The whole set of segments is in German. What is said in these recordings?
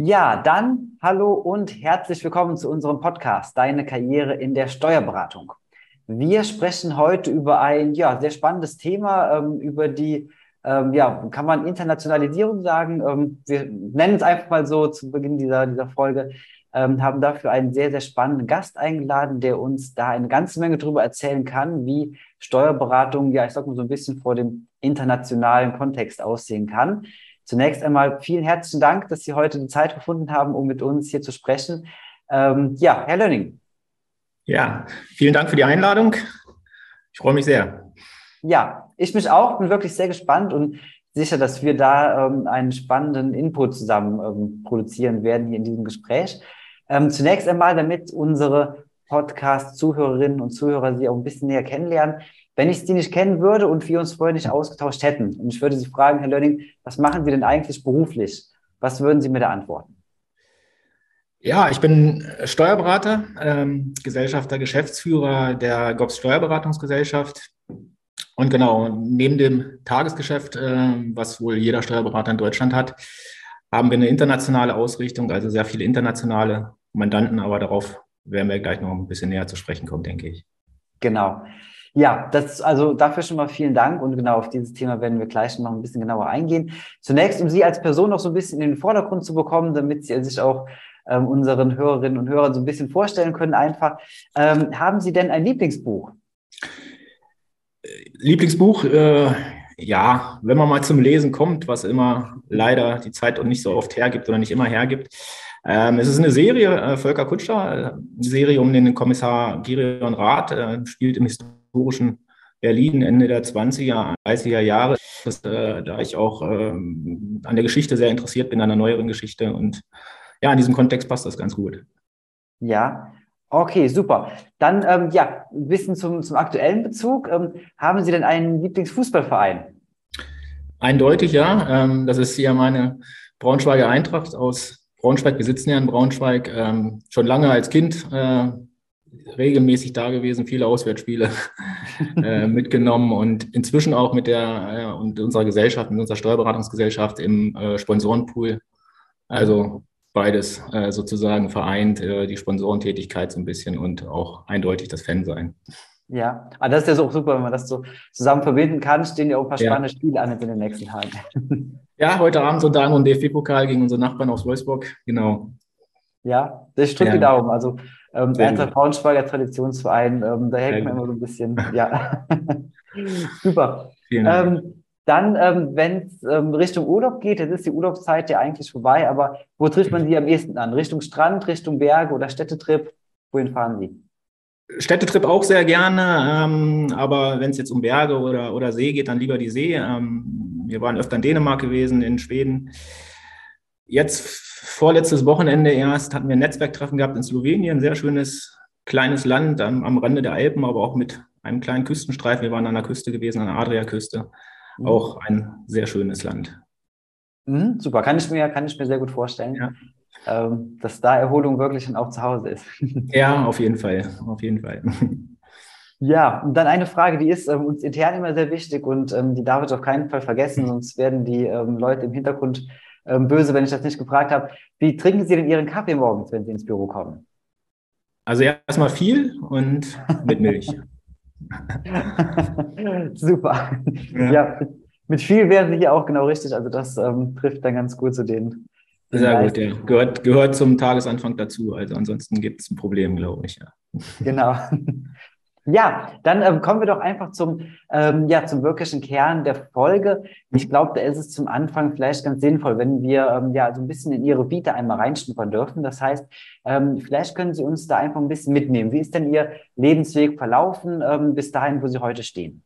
Ja, dann hallo und herzlich willkommen zu unserem Podcast Deine Karriere in der Steuerberatung. Wir sprechen heute über ein sehr spannendes Thema, über die, kann man Internationalisierung sagen. Wir nennen es einfach mal so zu Beginn dieser Folge, haben dafür einen sehr, sehr spannenden Gast eingeladen, der uns da eine ganze Menge darüber erzählen kann, wie Steuerberatung, ich sag mal so ein bisschen vor dem internationalen Kontext aussehen kann. Zunächst einmal vielen herzlichen Dank, dass Sie heute die Zeit gefunden haben, um mit uns hier zu sprechen. Herr Lönning. Ja, vielen Dank für die Einladung. Ich freue mich sehr. Ja, ich mich auch, bin wirklich sehr gespannt und sicher, dass wir da einen spannenden Input zusammen produzieren werden hier in diesem Gespräch. Zunächst einmal, damit unsere Podcast-Zuhörerinnen und Zuhörer Sie auch ein bisschen näher kennenlernen. Wenn ich Sie nicht kennen würde und wir uns vorher nicht ausgetauscht hätten und ich würde Sie fragen, Herr Lönning, was machen Sie denn eigentlich beruflich? Was würden Sie mir da antworten? Ja, ich bin Steuerberater, Gesellschafter, Geschäftsführer der GOBS Steuerberatungsgesellschaft. Und genau, neben dem Tagesgeschäft, was wohl jeder Steuerberater in Deutschland hat, haben wir eine internationale Ausrichtung, also sehr viele internationale Mandanten, aber darauf werden wir gleich noch ein bisschen näher zu sprechen kommen, denke ich. Genau. Ja, also dafür schon mal vielen Dank und genau auf dieses Thema werden wir gleich noch ein bisschen genauer eingehen. Zunächst, um Sie als Person noch so ein bisschen in den Vordergrund zu bekommen, damit Sie sich auch unseren Hörerinnen und Hörern so ein bisschen vorstellen können einfach. Haben Sie denn ein Lieblingsbuch? Lieblingsbuch, ja, wenn man mal zum Lesen kommt, was immer leider die Zeit und nicht so oft hergibt oder nicht immer hergibt. Es ist eine Serie, Volker Kutscher, eine Serie um den Kommissar Gideon Rath, spielt im historischen Berlin Ende der 20er, 30er Jahre. Da ich auch an der Geschichte sehr interessiert bin, an der neueren Geschichte. Und ja, in diesem Kontext passt das ganz gut. Ja, okay, super. Dann ein bisschen zum aktuellen Bezug. Haben Sie denn einen Lieblingsfußballverein? Eindeutig, ja. Das ist hier meine Braunschweiger Eintracht aus Braunschweig. Wir sitzen ja in Braunschweig. Schon lange als Kind regelmäßig da gewesen, viele Auswärtsspiele mitgenommen und inzwischen auch mit und unserer Gesellschaft, mit unserer Steuerberatungsgesellschaft im Sponsorenpool. Also beides sozusagen vereint, die Sponsorentätigkeit so ein bisschen und auch eindeutig das Fansein. Ja, aber das ist ja so auch super, wenn man das so zusammen verbinden kann. Stehen ja auch ein paar Ja. spannende Spiele an jetzt in den nächsten Tagen. Ja, heute Abend unter anderem DFB-Pokal gegen unsere Nachbarn aus Wolfsburg. Genau. Ja, ich drücke die Ja, Daumen. Also sehr Eintracht gut. Braunschweiger Traditionsverein, da Sehr hängt man immer gut. so ein bisschen. Ja, super. Vielen Dank. Dann, wenn es Richtung Urlaub geht, jetzt ist die Urlaubszeit ja eigentlich vorbei, aber wo trifft man Sie am ehesten an? Richtung Strand, Richtung Berge oder Städtetrip? Wohin fahren Sie? Städtetrip auch sehr gerne, aber wenn es jetzt um Berge oder See geht, dann lieber die See. Wir waren öfter in Dänemark gewesen, in Schweden. Jetzt vorletztes Wochenende erst hatten wir ein Netzwerktreffen gehabt in Slowenien, sehr schönes kleines Land am Rande der Alpen, aber auch mit einem kleinen Küstenstreifen. Wir waren an der Küste gewesen, an der Adriaküste. Mhm. Auch ein sehr schönes Land. Mhm, super, kann ich mir sehr gut vorstellen, Ja, dass da Erholung wirklich dann auch zu Hause ist. ja, auf jeden Fall, auf jeden Fall. Ja, und dann eine Frage, die ist uns intern immer sehr wichtig und die darf ich auf keinen Fall vergessen, sonst werden die Leute im Hintergrund böse, wenn ich das nicht gefragt habe. Wie trinken Sie denn Ihren Kaffee morgens, wenn Sie ins Büro kommen? Also erstmal viel und mit Milch. Super. Ja. Ja, mit viel wären Sie hier auch genau richtig. Also das trifft dann ganz gut zu den Sehr gut, meisten. ja. Gehört zum Tagesanfang dazu. Also ansonsten gibt es ein Problem, glaube ich, ja. Genau. Ja, dann kommen wir doch einfach zum wirklichen Kern der Folge. Ich glaube, da ist es zum Anfang vielleicht ganz sinnvoll, wenn wir so ein bisschen in Ihre Vita einmal reinschnuppern dürfen. Das heißt, vielleicht können Sie uns da einfach ein bisschen mitnehmen. Wie ist denn Ihr Lebensweg verlaufen bis dahin, wo Sie heute stehen?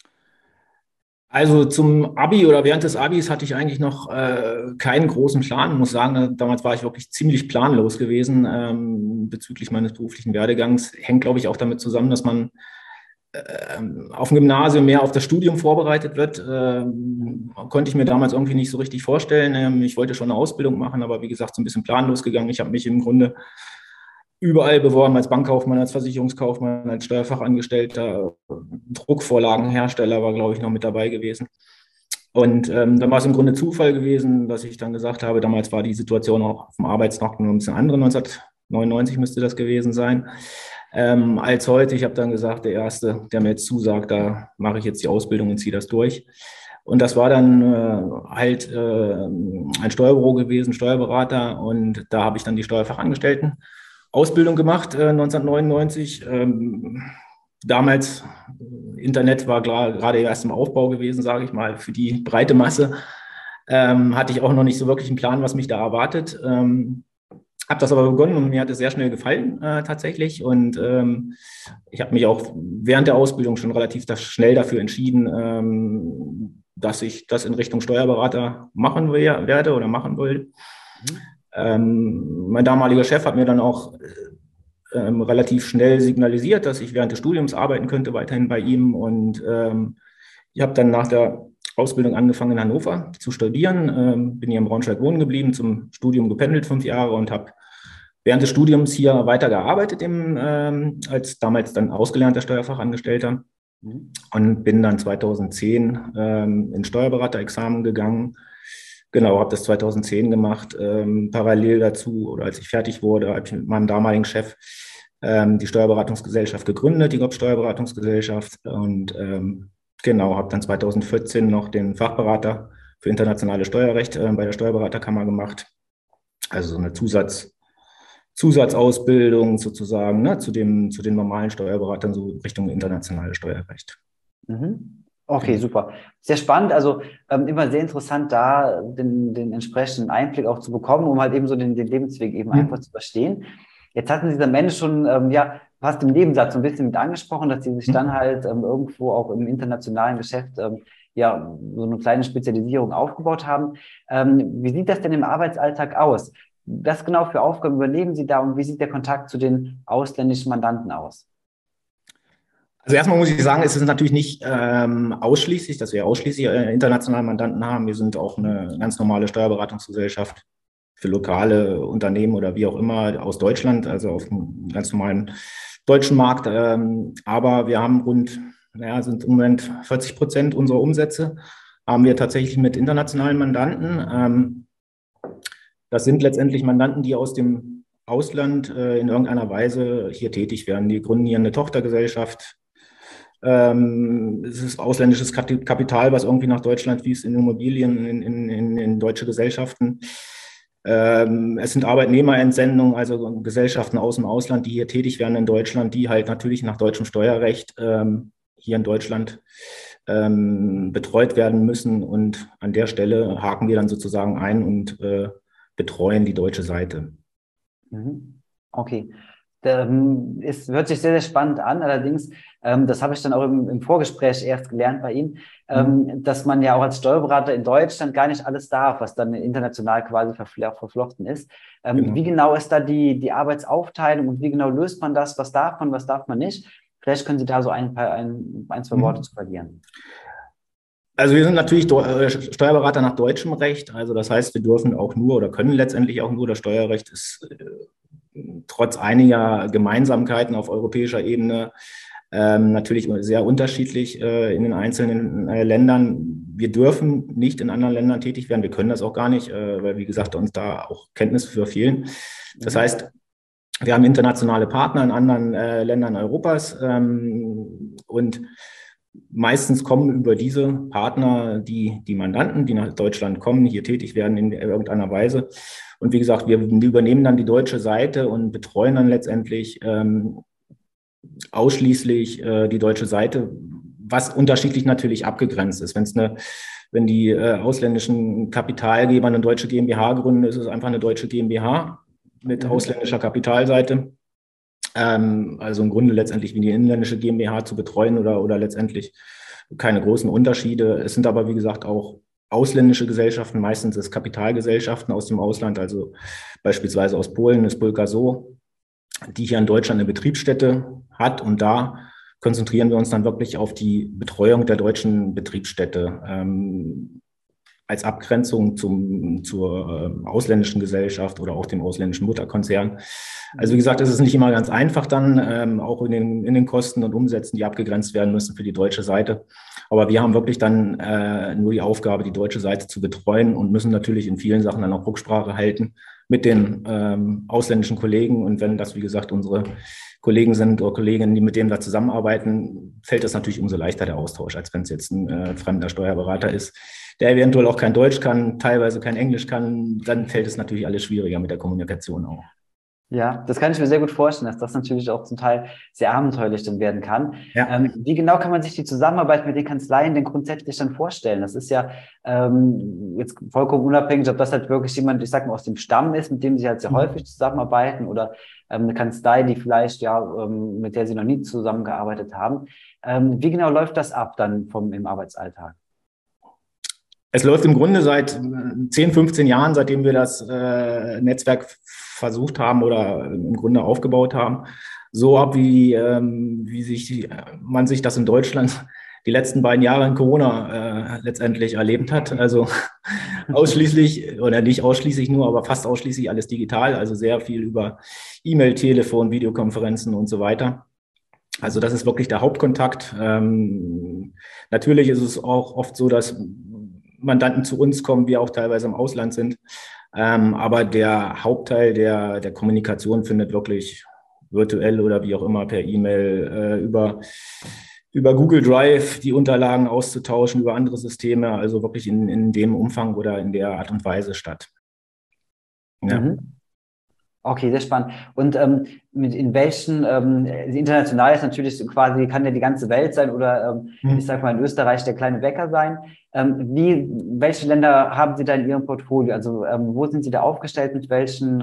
Also zum Abi oder während des Abis hatte ich eigentlich noch keinen großen Plan. Ich muss sagen, damals war ich wirklich ziemlich planlos gewesen bezüglich meines beruflichen Werdegangs. Hängt, glaube ich, auch damit zusammen, dass man auf dem Gymnasium mehr auf das Studium vorbereitet wird. Konnte ich mir damals irgendwie nicht so richtig vorstellen. Ich wollte schon eine Ausbildung machen, aber wie gesagt, so ein bisschen planlos gegangen. Ich habe mich im Grunde überall beworben, als Bankkaufmann, als Versicherungskaufmann, als Steuerfachangestellter. Druckvorlagenhersteller war, glaube ich, noch mit dabei gewesen. Und dann war es im Grunde Zufall gewesen, dass ich dann gesagt habe, damals war die Situation auch auf dem Arbeitsmarkt noch ein bisschen andere, 1999 müsste das gewesen sein, als heute. Ich habe dann gesagt, der Erste, der mir jetzt zusagt, da mache ich jetzt die Ausbildung und ziehe das durch. Und das war dann ein Steuerbüro gewesen, Steuerberater. Und da habe ich dann die Steuerfachangestellten-Ausbildung gemacht, 1999. Damals, Internet war gerade erst im Aufbau gewesen, sage ich mal, für die breite Masse. Hatte ich auch noch nicht so wirklich einen Plan, was mich da erwartet. Habe das aber begonnen und mir hat es sehr schnell gefallen tatsächlich. Und ich habe mich auch während der Ausbildung schon relativ schnell dafür entschieden, dass ich das in Richtung Steuerberater machen werde oder machen will. Mein damaliger Chef hat mir dann auch relativ schnell signalisiert, dass ich während des Studiums arbeiten könnte, weiterhin bei ihm. Und ich habe dann nach der Ausbildung angefangen in Hannover zu studieren, bin hier in Braunschweig wohnen geblieben, zum Studium gependelt 5 Jahre und habe während des Studiums hier weitergearbeitet als damals dann ausgelernter Steuerfachangestellter und bin dann 2010 in Steuerberaterexamen gegangen. Genau, habe das 2010 gemacht. Parallel dazu, oder als ich fertig wurde, habe ich mit meinem damaligen Chef die Steuerberatungsgesellschaft gegründet, die GOB Steuerberatungsgesellschaft. Und genau, habe dann 2014 noch den Fachberater für internationales Steuerrecht bei der Steuerberaterkammer gemacht. Also so eine Zusatzausbildung sozusagen, ne, zu den normalen Steuerberatern, so Richtung internationales Steuerrecht. Okay, super. Sehr spannend. Also immer sehr interessant, da den entsprechenden Einblick auch zu bekommen, um halt eben so den Lebensweg eben einfach zu verstehen. Jetzt hatten Sie am Ende schon fast im Nebensatz so ein bisschen mit angesprochen, dass Sie sich dann halt irgendwo auch im internationalen Geschäft so eine kleine Spezialisierung aufgebaut haben. Wie sieht das denn im Arbeitsalltag aus? Was genau für Aufgaben übernehmen Sie da und wie sieht der Kontakt zu den ausländischen Mandanten aus? Also erstmal muss ich sagen, es ist natürlich nicht ausschließlich, dass wir ausschließlich internationale Mandanten haben. Wir sind auch eine ganz normale Steuerberatungsgesellschaft für lokale Unternehmen oder wie auch immer aus Deutschland, also auf einem ganz normalen deutschen Markt. Aber wir haben sind im Moment 40% unserer Umsätze haben wir tatsächlich mit internationalen Mandanten. Das sind letztendlich Mandanten, die aus dem Ausland in irgendeiner Weise hier tätig werden. Die gründen hier eine Tochtergesellschaft. Es ist ausländisches Kapital, was irgendwie nach Deutschland fließt, in Immobilien, in deutsche Gesellschaften. Es sind Arbeitnehmerentsendungen, also Gesellschaften aus dem Ausland, die hier tätig werden in Deutschland, die halt natürlich nach deutschem Steuerrecht hier in Deutschland betreut werden müssen. Und an der Stelle haken wir dann sozusagen ein und betreuen die deutsche Seite. Okay. Es hört sich sehr, sehr spannend an. Allerdings, das habe ich dann auch im Vorgespräch erst gelernt bei Ihnen, dass man ja auch als Steuerberater in Deutschland gar nicht alles darf, was dann international quasi verflochten ist. Genau. Wie genau ist da die Arbeitsaufteilung und wie genau löst man das? Was darf man, was darf man nicht? Vielleicht können Sie da so ein, zwei Worte zu verlieren. Also wir sind natürlich Steuerberater nach deutschem Recht. Also das heißt, wir dürfen auch nur oder können letztendlich auch nur, das Steuerrecht ist trotz einiger Gemeinsamkeiten auf europäischer Ebene natürlich sehr unterschiedlich in den einzelnen Ländern. Wir dürfen nicht in anderen Ländern tätig werden. Wir können das auch gar nicht, weil, wie gesagt, uns da auch Kenntnisse für fehlen. Das heißt, wir haben internationale Partner in anderen Ländern Europas und meistens kommen über diese Partner die Mandanten, die nach Deutschland kommen, hier tätig werden in irgendeiner Weise. Und wie gesagt, wir übernehmen dann die deutsche Seite und betreuen dann letztendlich ausschließlich die deutsche Seite, was unterschiedlich natürlich abgegrenzt ist. Wenn die ausländischen Kapitalgeber eine deutsche GmbH gründen, ist es einfach eine deutsche GmbH mit ausländischer Kapitalseite. Also im Grunde letztendlich wie die inländische GmbH zu betreuen oder letztendlich keine großen Unterschiede. Es sind aber, wie gesagt, auch ausländische Gesellschaften, meistens ist Kapitalgesellschaften aus dem Ausland, also beispielsweise aus Polen ist Spółka ZOO, die hier in Deutschland eine Betriebsstätte hat und da konzentrieren wir uns dann wirklich auf die Betreuung der deutschen Betriebsstätte. als Abgrenzung zur ausländischen Gesellschaft oder auch dem ausländischen Mutterkonzern. Also wie gesagt, es ist nicht immer ganz einfach dann, auch in den Kosten und Umsätzen, die abgegrenzt werden müssen für die deutsche Seite. Aber wir haben wirklich dann nur die Aufgabe, die deutsche Seite zu betreuen und müssen natürlich in vielen Sachen dann auch Rücksprache halten mit den ausländischen Kollegen. Und wenn das, wie gesagt, unsere Kollegen sind oder Kolleginnen, die mit denen da zusammenarbeiten, fällt das natürlich umso leichter, der Austausch, als wenn es jetzt ein fremder Steuerberater ist, der eventuell auch kein Deutsch kann, teilweise kein Englisch kann. Dann fällt es natürlich alles schwieriger mit der Kommunikation auch. Ja, das kann ich mir sehr gut vorstellen, dass das natürlich auch zum Teil sehr abenteuerlich dann werden kann. Ja. Wie genau kann man sich die Zusammenarbeit mit den Kanzleien denn grundsätzlich dann vorstellen? Das ist ja jetzt vollkommen unabhängig, ob das halt wirklich jemand, ich sag mal, aus dem Stamm ist, mit dem Sie halt sehr häufig zusammenarbeiten oder eine Kanzlei, die vielleicht mit der Sie noch nie zusammengearbeitet haben. Wie genau läuft das ab dann im Arbeitsalltag? Es läuft im Grunde seit 10, 15 Jahren, seitdem wir das Netzwerk versucht haben oder im Grunde aufgebaut haben, so ab, wie man sich das in Deutschland die letzten beiden Jahre in Corona letztendlich erlebt hat. Also ausschließlich oder nicht ausschließlich nur, aber fast ausschließlich alles digital, also sehr viel über E-Mail, Telefon, Videokonferenzen und so weiter. Also das ist wirklich der Hauptkontakt. Natürlich ist es auch oft so, dass Mandanten zu uns kommen, wir auch teilweise im Ausland sind. Aber der Hauptteil der Kommunikation findet wirklich virtuell oder wie auch immer per E-Mail über Google Drive die Unterlagen auszutauschen, über andere Systeme, also wirklich in dem Umfang oder in der Art und Weise statt. Ja. Mhm. Okay, sehr spannend. Und in welchen, international ist natürlich quasi, kann ja die ganze Welt sein oder ich sag mal in Österreich der kleine Bäcker sein. Welche Länder haben Sie da in Ihrem Portfolio? Also wo sind Sie da aufgestellt, mit welchen,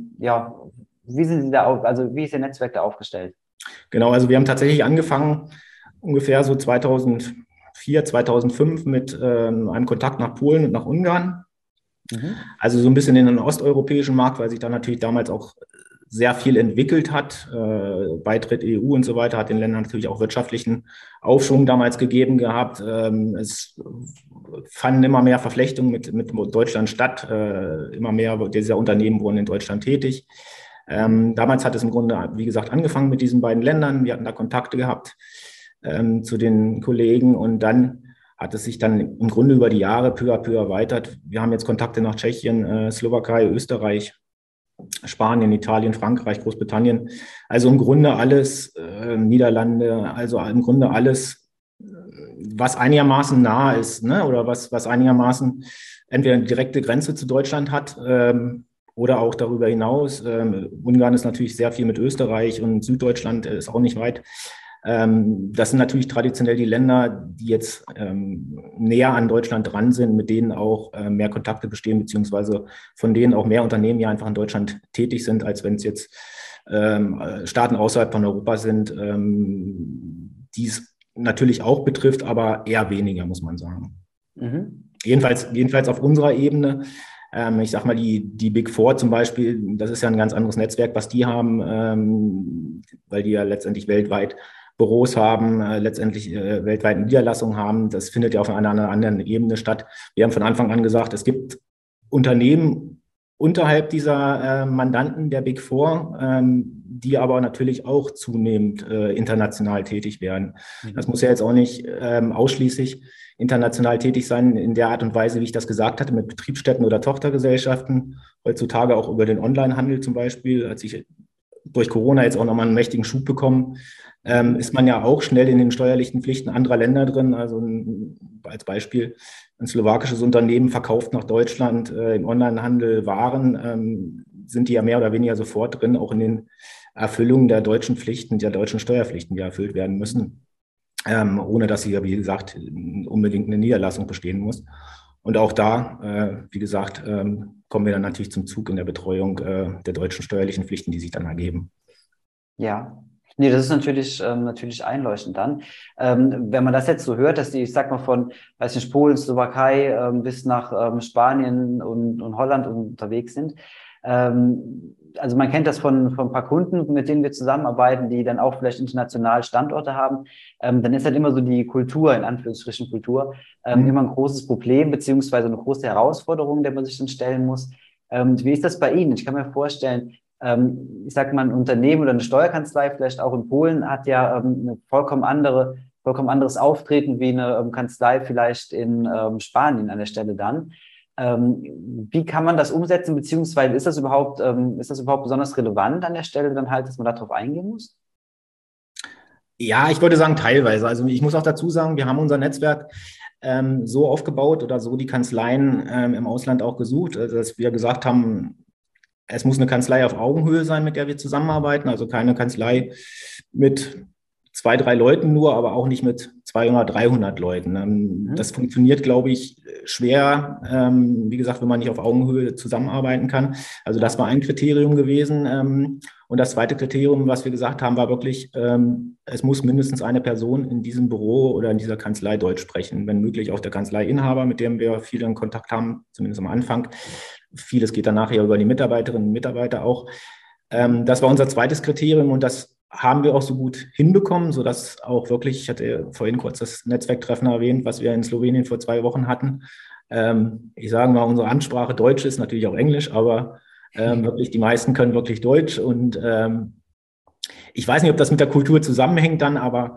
wie sind Sie da also wie ist Ihr Netzwerk da aufgestellt? Genau, also wir haben tatsächlich angefangen, ungefähr so 2004, 2005 mit einem Kontakt nach Polen und nach Ungarn. Also so ein bisschen in den osteuropäischen Markt, weil sich da natürlich damals auch sehr viel entwickelt hat. Beitritt EU und so weiter hat den Ländern natürlich auch wirtschaftlichen Aufschwung damals gegeben gehabt. Es fanden immer mehr Verflechtungen mit Deutschland statt. Immer mehr dieser Unternehmen wurden in Deutschland tätig. Damals hat es im Grunde, wie gesagt, angefangen mit diesen beiden Ländern. Wir hatten da Kontakte gehabt zu den Kollegen und dann hat es sich dann im Grunde über die Jahre peu à peu erweitert. Wir haben jetzt Kontakte nach Tschechien, Slowakei, Österreich, Spanien, Italien, Frankreich, Großbritannien. Also im Grunde alles, Niederlande, also im Grunde alles, was einigermaßen nah ist, ne? Oder was einigermaßen entweder eine direkte Grenze zu Deutschland hat oder auch darüber hinaus. Ungarn ist natürlich sehr viel mit Österreich und Süddeutschland ist auch nicht weit. Das sind natürlich traditionell die Länder, die jetzt näher an Deutschland dran sind, mit denen auch mehr Kontakte bestehen, beziehungsweise von denen auch mehr Unternehmen ja einfach in Deutschland tätig sind, als wenn es jetzt Staaten außerhalb von Europa sind, die es natürlich auch betrifft, aber eher weniger, muss man sagen. Mhm. Jedenfalls auf unserer Ebene. Ich sag mal, die Big Four zum Beispiel, das ist ja ein ganz anderes Netzwerk, was die haben, weil die ja letztendlich weltweit Büros haben, letztendlich weltweit Niederlassungen haben. Das findet ja auf einer anderen Ebene statt. Wir haben von Anfang an gesagt, es gibt Unternehmen unterhalb dieser Mandanten der Big Four, die aber natürlich auch zunehmend international tätig werden. Das muss ja jetzt auch nicht ausschließlich international tätig sein in der Art und Weise, wie ich das gesagt hatte, mit Betriebsstätten oder Tochtergesellschaften. Heutzutage auch über den Onlinehandel zum Beispiel, als ich durch Corona jetzt auch nochmal einen mächtigen Schub bekommen, ist man ja auch schnell in den steuerlichen Pflichten anderer Länder drin. Also als Beispiel, ein slowakisches Unternehmen verkauft nach Deutschland im Onlinehandel Waren, sind die ja mehr oder weniger sofort drin, auch in den Erfüllungen der deutschen Pflichten, der deutschen Steuerpflichten, die erfüllt werden müssen, ohne dass hier, wie gesagt, unbedingt eine Niederlassung bestehen muss. Und auch da, wie gesagt, kommen wir dann natürlich zum Zug in der Betreuung der deutschen steuerlichen Pflichten, die sich dann ergeben. Ja, nee, das ist natürlich einleuchtend dann. Wenn man das jetzt so hört, dass die, ich sag mal, von, weiß nicht, Polen, Slowakei bis nach Spanien und Holland unterwegs sind, Also man kennt das von ein paar Kunden, mit denen wir zusammenarbeiten, die dann auch vielleicht international Standorte haben. Dann ist halt immer so die Kultur, in Anführungsstrichen Kultur, immer ein großes Problem, beziehungsweise eine große Herausforderung, der man sich dann stellen muss. Wie ist das bei Ihnen? Ich kann mir vorstellen, ich sage mal, ein Unternehmen oder eine Steuerkanzlei, vielleicht auch in Polen, hat ja eine vollkommen anderes Auftreten wie eine Kanzlei vielleicht in Spanien an der Stelle dann. Wie kann man das umsetzen, beziehungsweise ist das überhaupt besonders relevant an der Stelle dann halt, dass man darauf eingehen muss? Ja, ich würde sagen teilweise. Also ich muss auch dazu sagen, wir haben unser Netzwerk so aufgebaut oder so die Kanzleien im Ausland auch gesucht, dass wir gesagt haben, es muss eine Kanzlei auf Augenhöhe sein, mit der wir zusammenarbeiten. Also keine Kanzlei mit 2, 3 Leuten nur, aber auch nicht mit 200, 300 Leuten. Das funktioniert, glaube ich, schwer, wie gesagt, wenn man nicht auf Augenhöhe zusammenarbeiten kann. Also das war ein Kriterium gewesen. Und das zweite Kriterium, was wir gesagt haben, war wirklich, es muss mindestens eine Person in diesem Büro oder in dieser Kanzlei Deutsch sprechen, wenn möglich auch der Kanzleiinhaber, mit dem wir viel in Kontakt haben, zumindest am Anfang. Vieles geht dann nachher über die Mitarbeiterinnen und Mitarbeiter auch. Das war unser zweites Kriterium und das haben wir auch so gut hinbekommen, sodass auch wirklich, ich hatte vorhin kurz das Netzwerktreffen erwähnt, was wir in Slowenien vor 2 Wochen hatten. Ich sage mal, unsere Amtssprache Deutsch ist natürlich auch Englisch, aber wirklich die meisten können wirklich Deutsch und ich weiß nicht, ob das mit der Kultur zusammenhängt dann, aber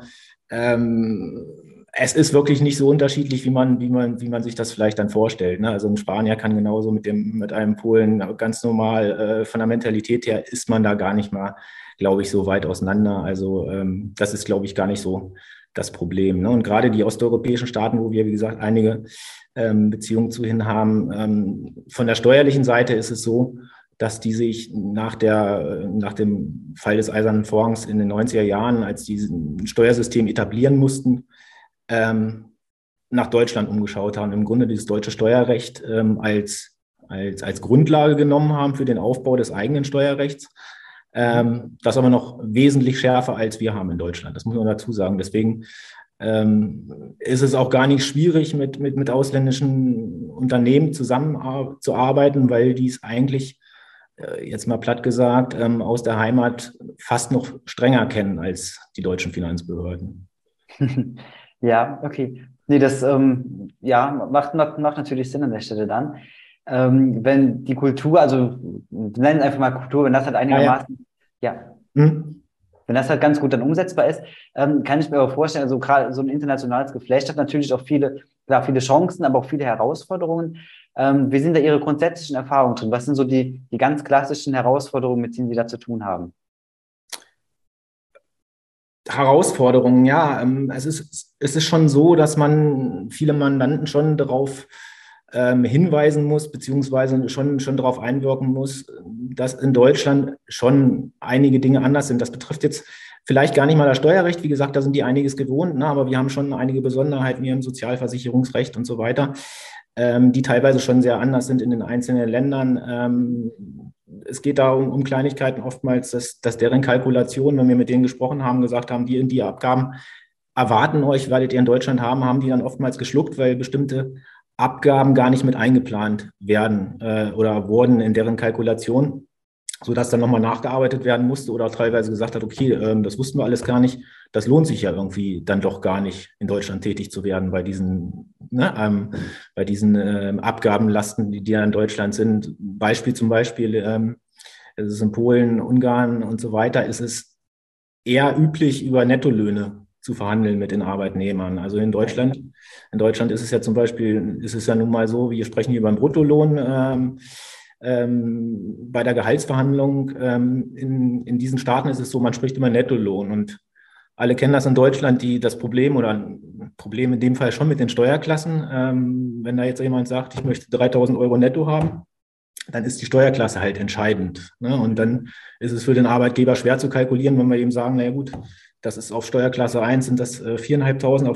es ist wirklich nicht so unterschiedlich, wie man sich das vielleicht dann vorstellt. Ne? Also ein Spanier kann genauso mit einem Polen ganz normal, von der Mentalität her ist man da gar nicht mal, glaube ich, so weit auseinander. Also das ist, glaube ich, gar nicht so das Problem. Ne? Und gerade die osteuropäischen Staaten, wo wir, wie gesagt, einige Beziehungen zu hin haben, von der steuerlichen Seite ist es so, dass die sich nach dem Fall des Eisernen Vorhangs in den 90er Jahren, als die ein Steuersystem etablieren mussten, nach Deutschland umgeschaut haben, im Grunde dieses deutsche Steuerrecht als Grundlage genommen haben für den Aufbau des eigenen Steuerrechts. Das aber noch wesentlich schärfer als wir haben in Deutschland. Das muss man dazu sagen. Deswegen ist es auch gar nicht schwierig, mit ausländischen Unternehmen zusammenzuarbeiten, weil die es eigentlich, jetzt mal platt gesagt, aus der Heimat fast noch strenger kennen als die deutschen Finanzbehörden. Ja, okay. Nee, das ja, macht natürlich Sinn an der Stelle dann. Wenn die Kultur, also wir nennen es einfach mal Kultur, wenn das halt Ja, ja. einigermaßen, ja, Hm? wenn das halt ganz gut dann umsetzbar ist, kann ich mir aber vorstellen, also gerade so ein internationales Geflecht hat natürlich auch klar, viele Chancen, aber auch viele Herausforderungen. Wie sind da Ihre grundsätzlichen Erfahrungen drin? Was sind so die ganz klassischen Herausforderungen, mit denen Sie da zu tun haben? Herausforderungen, ja. Es ist schon so, dass man viele Mandanten schon darauf hinweisen muss, beziehungsweise schon darauf einwirken muss, dass in Deutschland schon einige Dinge anders sind. Das betrifft jetzt vielleicht gar nicht mal das Steuerrecht. Wie gesagt, da sind die einiges gewohnt, ne? Aber wir haben schon einige Besonderheiten hier im Sozialversicherungsrecht und so weiter, die teilweise schon sehr anders sind in den einzelnen Ländern. Es geht da um Kleinigkeiten oftmals, dass deren Kalkulation, wenn wir mit denen gesprochen haben, gesagt haben, die Abgaben erwarten euch, werdet ihr in Deutschland haben die dann oftmals geschluckt, weil bestimmte Abgaben gar nicht mit eingeplant werden oder wurden in deren Kalkulation, sodass dann nochmal nachgearbeitet werden musste oder teilweise gesagt hat, okay, das wussten wir alles gar nicht, das lohnt sich ja irgendwie dann doch gar nicht, in Deutschland tätig zu werden bei diesen Abgabenlasten, die ja in Deutschland sind. Zum Beispiel, es ist in Polen, Ungarn und so weiter, ist es eher üblich, über Nettolöhne zu verhandeln mit den Arbeitnehmern. Also in Deutschland ist es ja zum Beispiel, ist es ja nun mal so, wir sprechen hier über einen Bruttolohn. Bei der Gehaltsverhandlung in diesen Staaten ist es so, man spricht immer Nettolohn und alle kennen das in Deutschland, das Problem oder ein Problem in dem Fall schon mit den Steuerklassen. Wenn da jetzt jemand sagt, ich möchte 3.000 Euro netto haben, dann ist die Steuerklasse halt entscheidend. Ne? Und dann ist es für den Arbeitgeber schwer zu kalkulieren, wenn wir eben sagen, naja gut, das ist auf Steuerklasse 1 sind das 4.500,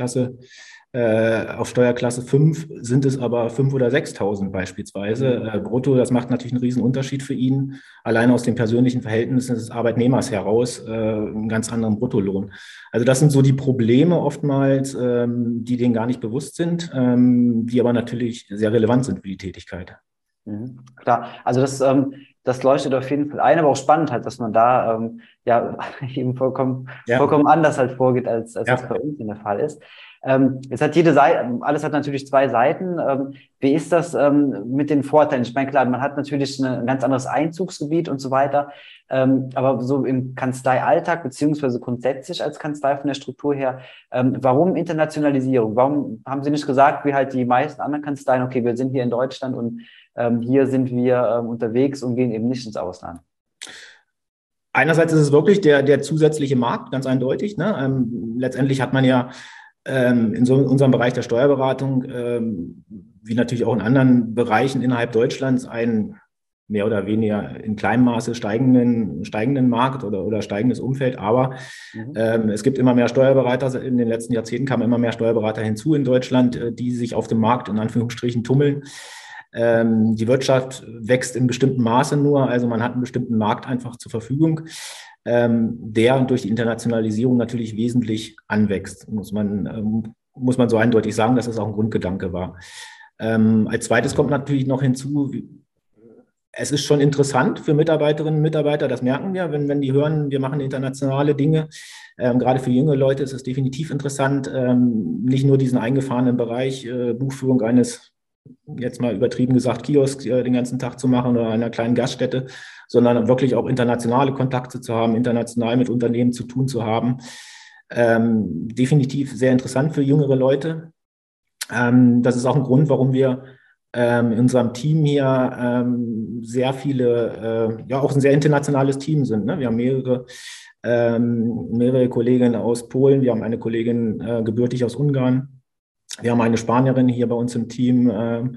auf Steuerklasse 5 sind es aber 5.000 oder 6.000 beispielsweise. Brutto, das macht natürlich einen riesen Unterschied für ihn. Allein aus den persönlichen Verhältnissen des Arbeitnehmers heraus einen ganz anderen Bruttolohn. Also das sind so die Probleme oftmals, die denen gar nicht bewusst sind, die aber natürlich sehr relevant sind für die Tätigkeit. Klar, also das das leuchtet auf jeden Fall ein, aber auch spannend halt, dass man da ja eben vollkommen Ja, anders halt vorgeht, als das ja. bei uns in der Fall ist. Jetzt hat jede Seite, alles hat natürlich zwei Seiten. Wie ist das mit den Vorteilen? Ich meine, klar, man hat natürlich ein ganz anderes Einzugsgebiet und so weiter. Aber so im Kanzleialltag, beziehungsweise grundsätzlich als Kanzlei von der Struktur her, warum Internationalisierung? Warum haben Sie nicht gesagt, wie halt die meisten anderen Kanzleien, okay, wir sind hier in Deutschland und hier sind wir unterwegs und gehen eben nicht ins Ausland? Einerseits ist es wirklich der zusätzliche Markt, ganz eindeutig. Ne? Letztendlich hat man ja in unserem Bereich der Steuerberatung, wie natürlich auch in anderen Bereichen innerhalb Deutschlands, einen mehr oder weniger in kleinem Maße steigenden Markt oder steigendes Umfeld. Aber es gibt immer mehr Steuerberater. In den letzten Jahrzehnten kamen immer mehr Steuerberater hinzu in Deutschland, die sich auf dem Markt in Anführungsstrichen tummeln. Die Wirtschaft wächst in bestimmtem Maße nur, also man hat einen bestimmten Markt einfach zur Verfügung, der durch die Internationalisierung natürlich wesentlich anwächst, muss man so eindeutig sagen, dass das auch ein Grundgedanke war. Als zweites kommt natürlich noch hinzu, es ist schon interessant für Mitarbeiterinnen und Mitarbeiter, das merken wir, wenn die hören, wir machen internationale Dinge. Gerade für junge Leute ist es definitiv interessant, nicht nur diesen eingefahrenen Bereich Buchführung eines, jetzt mal übertrieben gesagt, Kiosk den ganzen Tag zu machen oder einer kleinen Gaststätte, sondern wirklich auch internationale Kontakte zu haben, international mit Unternehmen zu tun zu haben. Definitiv sehr interessant für jüngere Leute. Das ist auch ein Grund, warum wir in unserem Team hier sehr viele, ja auch ein sehr internationales Team sind. Ne? Wir haben mehrere Kolleginnen aus Polen, wir haben eine Kollegin gebürtig aus Ungarn. Wir haben eine Spanierin hier bei uns im Team,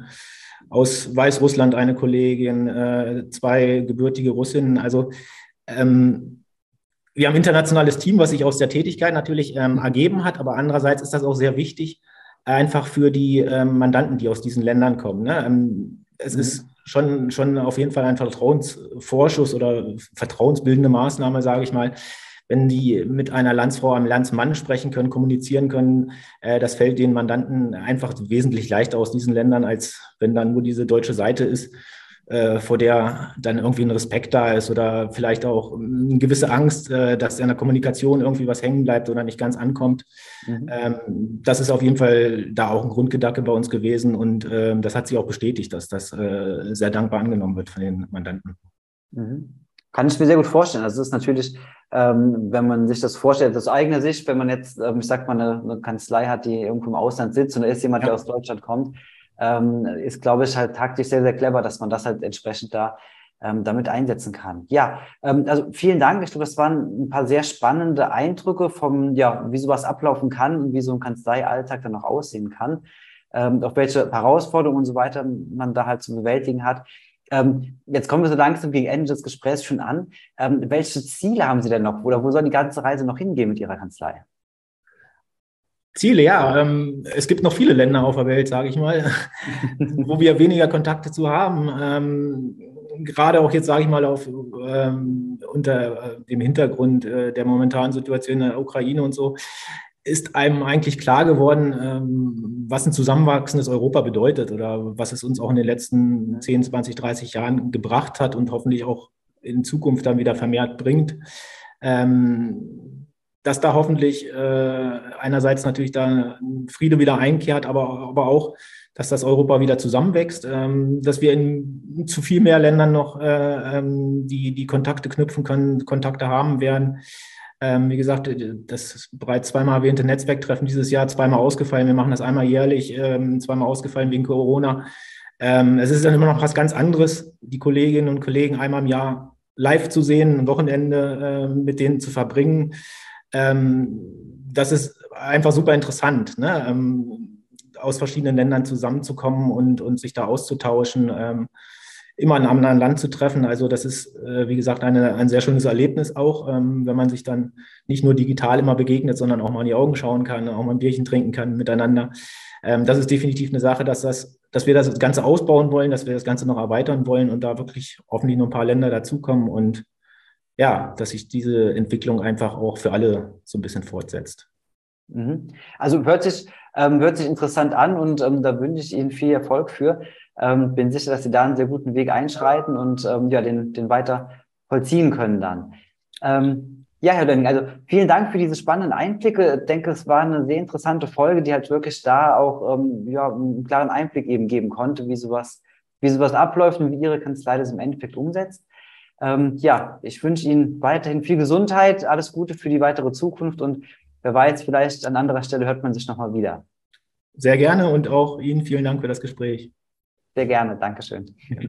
aus Weißrussland eine Kollegin, zwei gebürtige Russinnen. Also wir haben ein internationales Team, was sich aus der Tätigkeit natürlich ergeben hat, aber andererseits ist das auch sehr wichtig, einfach für die Mandanten, die aus diesen Ländern kommen. Ne? Es ist schon auf jeden Fall ein Vertrauensvorschuss oder vertrauensbildende Maßnahme, sage ich mal, wenn die mit einer Landsfrau, einem Landsmann sprechen können, kommunizieren können. Das fällt den Mandanten einfach wesentlich leichter aus diesen Ländern, als wenn dann nur diese deutsche Seite ist, vor der dann irgendwie ein Respekt da ist oder vielleicht auch eine gewisse Angst, dass in der Kommunikation irgendwie was hängen bleibt oder nicht ganz ankommt. Das ist auf jeden Fall da auch ein Grundgedanke bei uns gewesen und das hat sich auch bestätigt, dass das sehr dankbar angenommen wird von den Mandanten. Kann ich mir sehr gut vorstellen. Also es ist natürlich, wenn man sich das vorstellt, aus eigener Sicht, wenn man jetzt, ich sag mal, eine Kanzlei hat, die irgendwo im Ausland sitzt und da ist jemand, der aus Deutschland kommt, ist, glaube ich, halt taktisch sehr, sehr clever, dass man das halt entsprechend da damit einsetzen kann. Ja, also vielen Dank. Ich glaube, das waren ein paar sehr spannende Eindrücke vom, ja, wie sowas ablaufen kann und wie so ein Kanzleialltag dann auch aussehen kann, auch welche Herausforderungen und so weiter man da halt zu bewältigen hat. Jetzt kommen wir so langsam gegen Ende des Gesprächs schon an. Welche Ziele haben Sie denn noch? Oder wo soll die ganze Reise noch hingehen mit Ihrer Kanzlei? Ziele, ja. Es gibt noch viele Länder auf der Welt, sage ich mal, wo wir weniger Kontakte zu haben. Gerade auch jetzt, sage ich mal, unter dem Hintergrund der momentanen Situation in der Ukraine und so, ist einem eigentlich klar geworden, was ein zusammenwachsendes Europa bedeutet oder was es uns auch in den letzten 10, 20, 30 Jahren gebracht hat und hoffentlich auch in Zukunft dann wieder vermehrt bringt. Dass da hoffentlich einerseits natürlich da Friede wieder einkehrt, aber auch, dass das Europa wieder zusammenwächst, dass wir in zu viel mehr Ländern noch die Kontakte knüpfen können, Kontakte haben werden. Wie gesagt, das bereits zweimal erwähnte Netzwerktreffen dieses Jahr, zweimal ausgefallen. Wir machen das einmal jährlich, zweimal ausgefallen wegen Corona. Es ist dann immer noch was ganz anderes, die Kolleginnen und Kollegen einmal im Jahr live zu sehen, ein Wochenende mit denen zu verbringen. Das ist einfach super interessant, ne? Aus verschiedenen Ländern zusammenzukommen und sich da auszutauschen, immer in einem anderen Land zu treffen. Also das ist, wie gesagt, ein sehr schönes Erlebnis auch, wenn man sich dann nicht nur digital immer begegnet, sondern auch mal in die Augen schauen kann, auch mal ein Bierchen trinken kann miteinander. Das ist definitiv eine Sache, dass wir das Ganze ausbauen wollen, dass wir das Ganze noch erweitern wollen und da wirklich hoffentlich noch ein paar Länder dazukommen und ja, dass sich diese Entwicklung einfach auch für alle so ein bisschen fortsetzt. Also hört sich interessant an und da wünsche ich Ihnen viel Erfolg für. Bin sicher, dass Sie da einen sehr guten Weg einschreiten und ja, den weiter vollziehen können dann. Ja, Herr Dönning, also vielen Dank für diese spannenden Einblicke. Ich denke, es war eine sehr interessante Folge, die halt wirklich da auch ja, einen klaren Einblick eben geben konnte, wie sowas abläuft und wie Ihre Kanzlei das im Endeffekt umsetzt. Ja, ich wünsche Ihnen weiterhin viel Gesundheit, alles Gute für die weitere Zukunft und wer weiß, vielleicht an anderer Stelle hört man sich nochmal wieder. Sehr gerne und auch Ihnen vielen Dank für das Gespräch. Sehr gerne, Dankeschön.